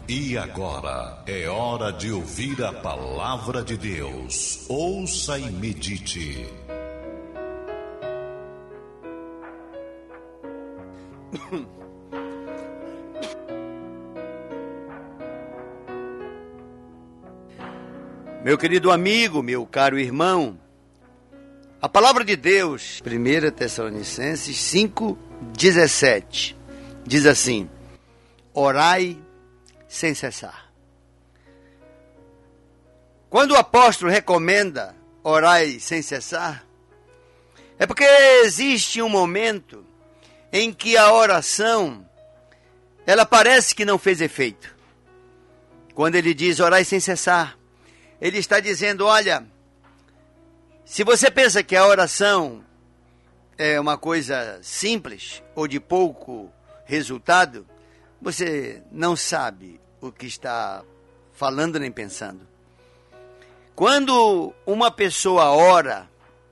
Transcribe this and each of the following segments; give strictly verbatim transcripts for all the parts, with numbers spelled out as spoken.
E agora é hora de ouvir a palavra de Deus. Ouça e medite. Meu querido amigo, meu caro irmão, a palavra de Deus, primeira Tessalonicenses cinco, dezessete, diz assim: orai sem cessar. Quando o apóstolo recomenda orai sem cessar, é porque existe um momento em que a oração, ela parece que não fez efeito. Quando ele diz orai sem cessar, ele está dizendo, olha, se você pensa que a oração é uma coisa simples ou de pouco resultado, você não sabe o que está falando nem pensando. Quando uma pessoa ora,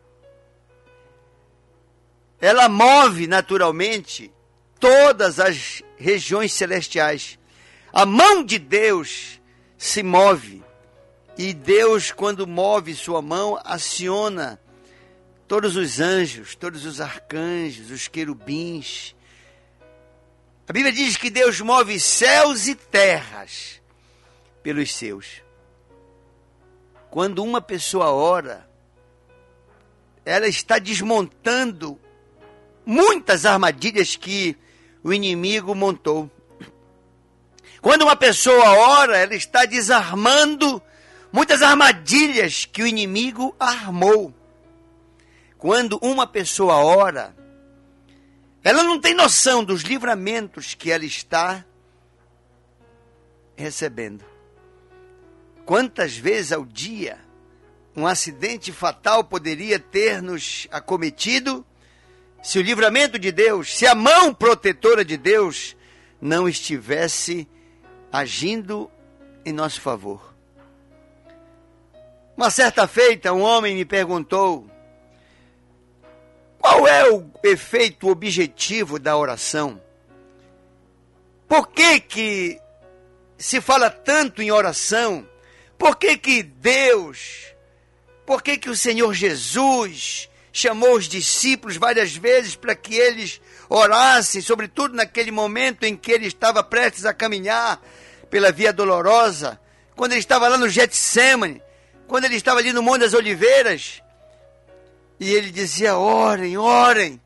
ela move naturalmente todas as regiões celestiais. A mão de Deus se move. E Deus, quando move sua mão, aciona todos os anjos, todos os arcanjos, os querubins. A Bíblia diz que Deus move céus e terras pelos seus. Quando uma pessoa ora, ela está desmontando muitas armadilhas que o inimigo montou. Quando uma pessoa ora, ela está desarmando muitas armadilhas que o inimigo armou. Quando uma pessoa ora, ela não tem noção dos livramentos que ela está recebendo. Quantas vezes ao dia um acidente fatal poderia ter nos acometido se o livramento de Deus, se a mão protetora de Deus não estivesse agindo em nosso favor. Uma certa feita, um homem me perguntou qual é o efeito objetivo da oração? Por que que se fala tanto em oração? Por que que Deus, por que que o Senhor Jesus chamou os discípulos várias vezes para que eles orassem, sobretudo naquele momento em que ele estava prestes a caminhar pela via dolorosa, quando ele estava lá no Getsêmani, quando ele estava ali no Monte das Oliveiras, e ele dizia, orem, orem.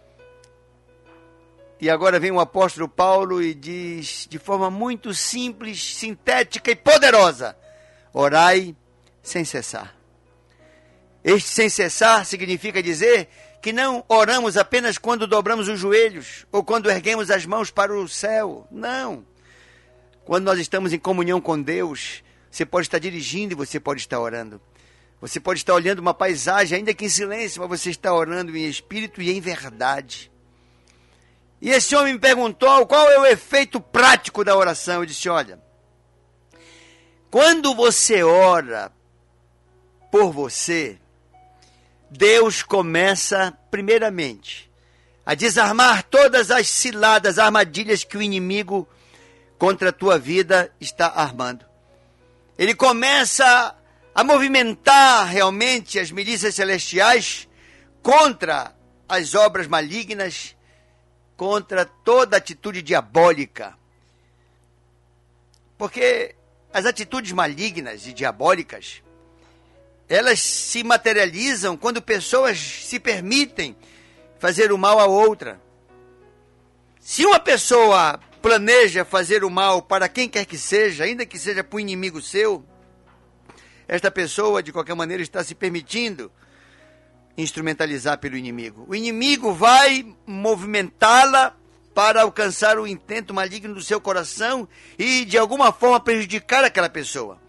E agora vem o apóstolo Paulo e diz, de forma muito simples, sintética e poderosa, orai sem cessar. Este sem cessar significa dizer que não oramos apenas quando dobramos os joelhos, ou quando erguemos as mãos para o céu. Não. Quando nós estamos em comunhão com Deus, você pode estar dirigindo e você pode estar orando. Você pode estar olhando uma paisagem, ainda que em silêncio, mas você está orando em espírito e em verdade. E esse homem me perguntou qual é o efeito prático da oração. Eu disse, olha, quando você ora por você, Deus começa, primeiramente, a desarmar todas as ciladas, armadilhas que o inimigo contra a tua vida está armando. Ele começa a movimentar realmente as milícias celestiais contra as obras malignas, contra toda atitude diabólica. Porque as atitudes malignas e diabólicas, elas se materializam quando pessoas se permitem fazer o mal a outra. Se uma pessoa planeja fazer o mal para quem quer que seja, ainda que seja para o inimigo seu, esta pessoa, de qualquer maneira, está se permitindo instrumentalizar pelo inimigo. O inimigo vai movimentá-la para alcançar o intento maligno do seu coração e, de alguma forma, prejudicar aquela pessoa.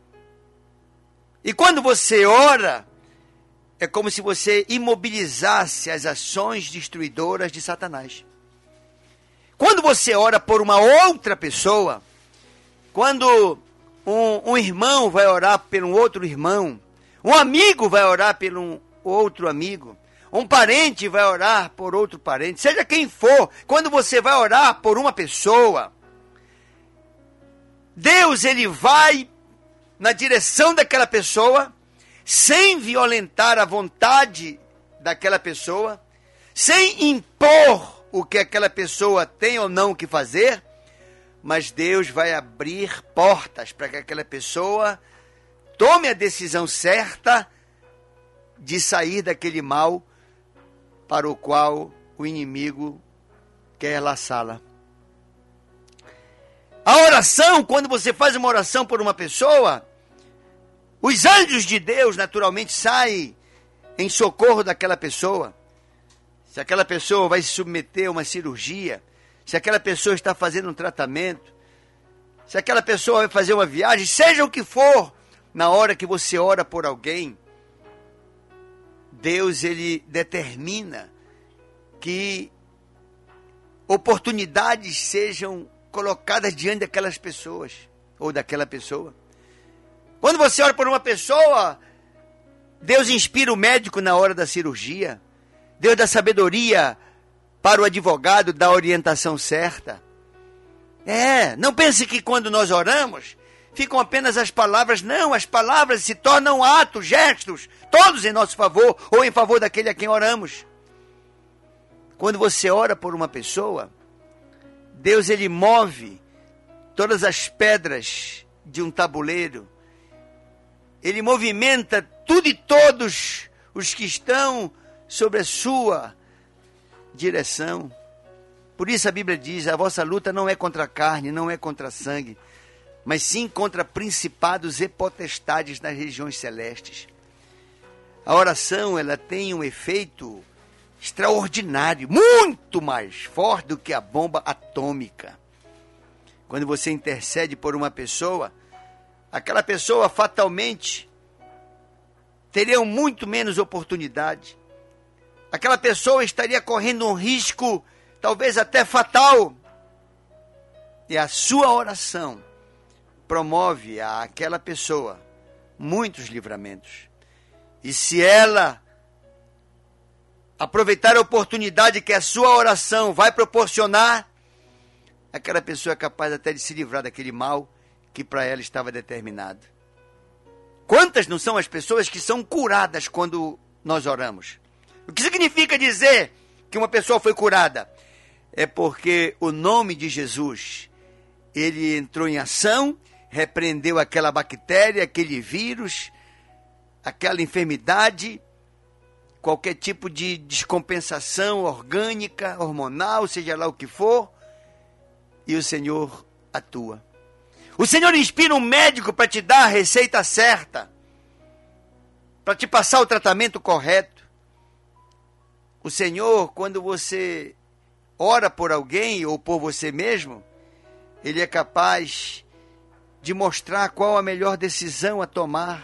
E quando você ora, é como se você imobilizasse as ações destruidoras de Satanás. Quando você ora por uma outra pessoa, quando um, um irmão vai orar por um outro irmão, um amigo vai orar por um outro amigo, um parente vai orar por outro parente, seja quem for, quando você vai orar por uma pessoa, Deus, ele vai na direção daquela pessoa, sem violentar a vontade daquela pessoa, sem impor o que aquela pessoa tem ou não que fazer, mas Deus vai abrir portas para que aquela pessoa tome a decisão certa de sair daquele mal para o qual o inimigo quer laçá-la. A oração, quando você faz uma oração por uma pessoa, os anjos de Deus naturalmente saem em socorro daquela pessoa. Se aquela pessoa vai se submeter a uma cirurgia, se aquela pessoa está fazendo um tratamento, se aquela pessoa vai fazer uma viagem, seja o que for, na hora que você ora por alguém, Deus, ele determina que oportunidades sejam colocadas diante daquelas pessoas, ou daquela pessoa. Quando você ora por uma pessoa, Deus inspira o médico na hora da cirurgia, Deus dá sabedoria para o advogado, dá a orientação certa. É, não pense que quando nós oramos, ficam apenas as palavras. Não, as palavras se tornam atos, gestos, todos em nosso favor, ou em favor daquele a quem oramos. Quando você ora por uma pessoa, Deus, ele move todas as pedras de um tabuleiro. Ele movimenta tudo e todos os que estão sobre a sua direção. Por isso a Bíblia diz, a vossa luta não é contra a carne, não é contra sangue, mas sim contra principados e potestades nas regiões celestes. A oração, ela tem um efeito extraordinário, muito mais forte do que a bomba atômica. Quando você intercede por uma pessoa, aquela pessoa fatalmente teria muito menos oportunidade. Aquela pessoa estaria correndo um risco, talvez até fatal. E a sua oração promove àquela pessoa muitos livramentos. E se ela aproveitar a oportunidade que a sua oração vai proporcionar, aquela pessoa é capaz até de se livrar daquele mal que para ela estava determinado. Quantas não são as pessoas que são curadas quando nós oramos? O que significa dizer que uma pessoa foi curada? É porque o nome de Jesus, ele entrou em ação, repreendeu aquela bactéria, aquele vírus, aquela enfermidade, qualquer tipo de descompensação orgânica, hormonal, seja lá o que for, e o Senhor atua. O Senhor inspira um médico para te dar a receita certa, para te passar o tratamento correto. O Senhor, quando você ora por alguém ou por você mesmo, Ele é capaz de mostrar qual a melhor decisão a tomar.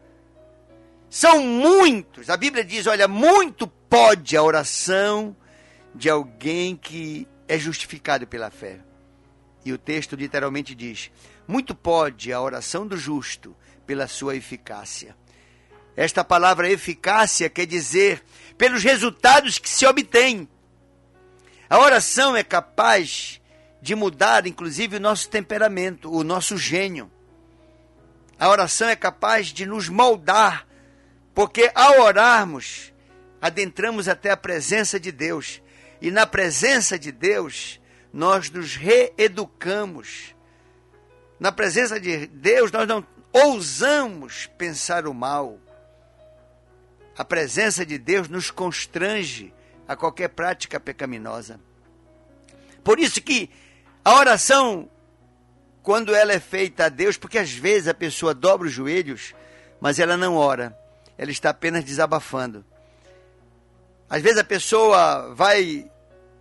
São muitos, a Bíblia diz, olha, muito pode a oração de alguém que é justificado pela fé. E o texto literalmente diz, muito pode a oração do justo pela sua eficácia. Esta palavra eficácia quer dizer pelos resultados que se obtém. A oração é capaz de mudar, inclusive, o nosso temperamento, o nosso gênio. A oração é capaz de nos moldar, porque ao orarmos, adentramos até a presença de Deus. E na presença de Deus, nós nos reeducamos. Na presença de Deus, nós não ousamos pensar o mal. A presença de Deus nos constrange a qualquer prática pecaminosa. Por isso que a oração, quando ela é feita a Deus, porque às vezes a pessoa dobra os joelhos, mas ela não ora, ela está apenas desabafando. Às vezes a pessoa vai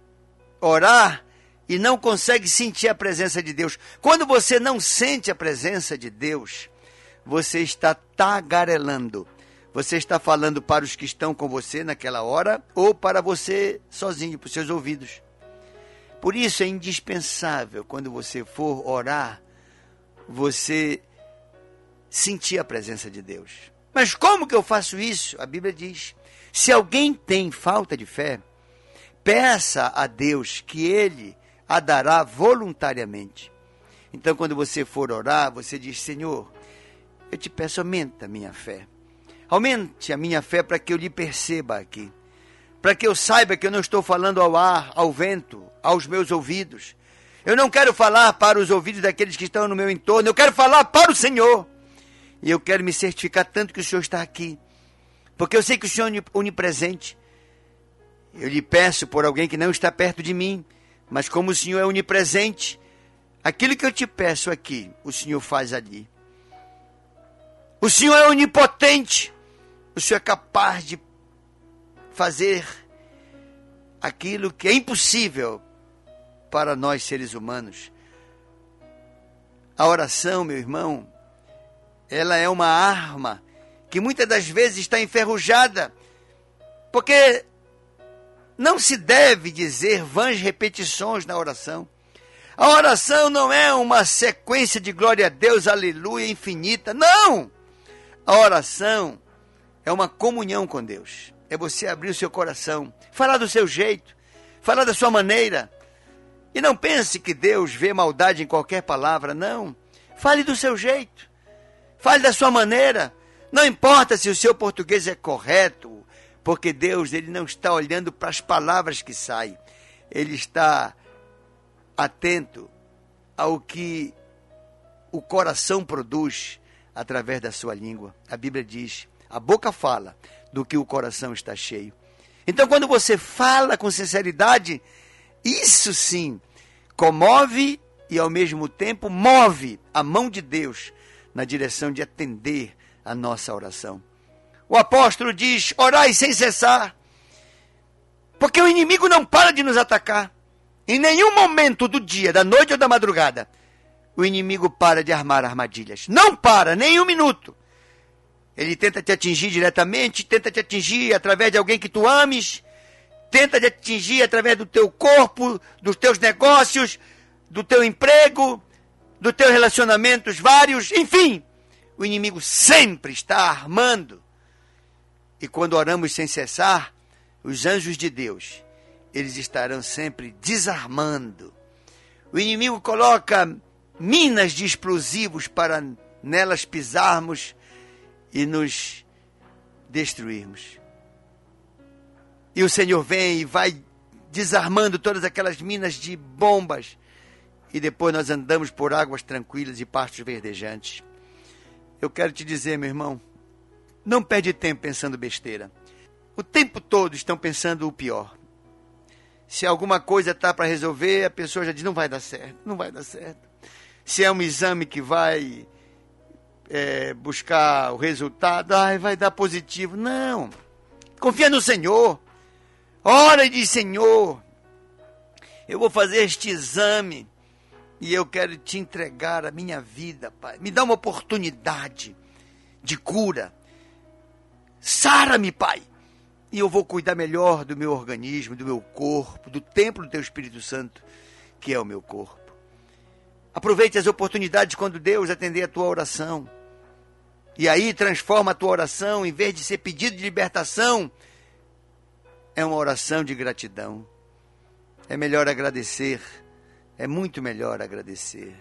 orar e não consegue sentir a presença de Deus. Quando você não sente a presença de Deus, você está tagarelando. Você está falando para os que estão com você naquela hora ou para você sozinho, para os seus ouvidos. Por isso é indispensável, quando você for orar, você sentir a presença de Deus. Mas como que eu faço isso? A Bíblia diz, se alguém tem falta de fé, peça a Deus que Ele a dará voluntariamente. Então, quando você for orar, você diz: Senhor, eu te peço, aumenta a minha fé. Aumente a minha fé para que eu lhe perceba aqui. Para que eu saiba que eu não estou falando ao ar, ao vento, aos meus ouvidos. Eu não quero falar para os ouvidos daqueles que estão no meu entorno. Eu quero falar para o Senhor. E eu quero me certificar tanto que o Senhor está aqui. Porque eu sei que o Senhor é onipresente. Eu lhe peço por alguém que não está perto de mim. Mas como o Senhor é onipresente, aquilo que eu te peço aqui, o Senhor faz ali. O Senhor é onipotente. O Senhor é capaz de fazer aquilo que é impossível para nós seres humanos. A oração, meu irmão, ela é uma arma que muitas das vezes está enferrujada, porque não se deve dizer vãs repetições na oração. A oração não é uma sequência de glória a Deus, aleluia, infinita. Não! A oração é uma comunhão com Deus. É você abrir o seu coração, falar do seu jeito, falar da sua maneira. E não pense que Deus vê maldade em qualquer palavra, não. Fale do seu jeito, fale da sua maneira. Não importa se o seu português é correto, porque Deus ele não está olhando para as palavras que saem. Ele está atento ao que o coração produz através da sua língua. A Bíblia diz, a boca fala do que o coração está cheio. Então, quando você fala com sinceridade, isso sim comove e ao mesmo tempo move a mão de Deus na direção de atender a nossa oração. O apóstolo diz, orai sem cessar, porque o inimigo não para de nos atacar. Em nenhum momento do dia, da noite ou da madrugada, o inimigo para de armar armadilhas. Não para, nem um minuto. Ele tenta te atingir diretamente, tenta te atingir através de alguém que tu ames, tenta te atingir através do teu corpo, dos teus negócios, do teu emprego, dos teus relacionamentos vários, enfim. O inimigo sempre está armando. E quando oramos sem cessar, os anjos de Deus, eles estarão sempre desarmando. O inimigo coloca minas de explosivos para nelas pisarmos e nos destruirmos. E o Senhor vem e vai desarmando todas aquelas minas de bombas. E depois nós andamos por águas tranquilas e pastos verdejantes. Eu quero te dizer, meu irmão, não perde tempo pensando besteira. O tempo todo estão pensando o pior. Se alguma coisa está para resolver, a pessoa já diz, não vai dar certo, não vai dar certo. Se é um exame que vai é, buscar o resultado, ai, vai dar positivo. Não, confia no Senhor. Ora e diz, Senhor, eu vou fazer este exame e eu quero te entregar a minha vida, Pai. Me dá uma oportunidade de cura. Sara-me, Pai. E eu vou cuidar melhor do meu organismo, do meu corpo, do templo do Teu Espírito Santo, que é o meu corpo. Aproveite as oportunidades quando Deus atender a tua oração. E aí transforma a tua oração, em vez de ser pedido de libertação, é uma oração de gratidão. É melhor agradecer. É muito melhor agradecer.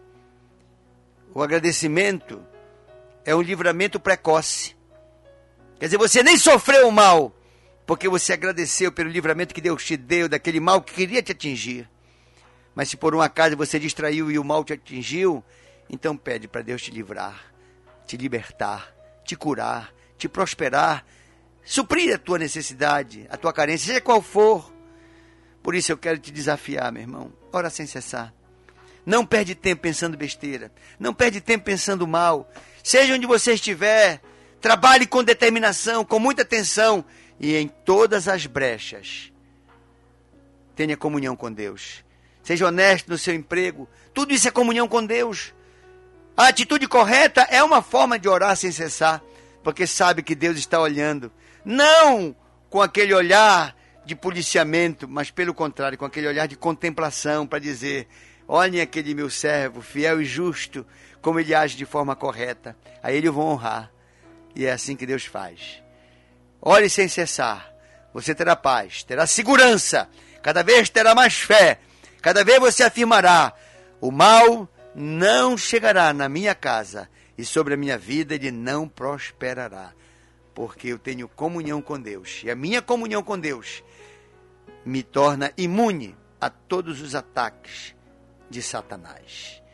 O agradecimento é um livramento precoce. Quer dizer, você nem sofreu o mal, porque você agradeceu pelo livramento que Deus te deu daquele mal que queria te atingir. Mas se por um acaso você distraiu e o mal te atingiu, então pede para Deus te livrar, te libertar, te curar, te prosperar, suprir a tua necessidade, a tua carência, seja qual for. Por isso eu quero te desafiar, meu irmão. Ora sem cessar. Não perde tempo pensando besteira. Não perde tempo pensando mal. Seja onde você estiver, trabalhe com determinação, com muita atenção. E em todas as brechas, tenha comunhão com Deus. Seja honesto no seu emprego. Tudo isso é comunhão com Deus. A atitude correta é uma forma de orar sem cessar, porque sabe que Deus está olhando. Não com aquele olhar de policiamento, mas pelo contrário, com aquele olhar de contemplação para dizer, olhem aquele meu servo, fiel e justo, como ele age de forma correta. A ele eu vou honrar. E é assim que Deus faz. Ore sem cessar. Você terá paz, terá segurança. Cada vez terá mais fé. Cada vez você afirmará, o mal não chegará na minha casa, e sobre a minha vida ele não prosperará, porque eu tenho comunhão com Deus, e a minha comunhão com Deus me torna imune a todos os ataques de Satanás.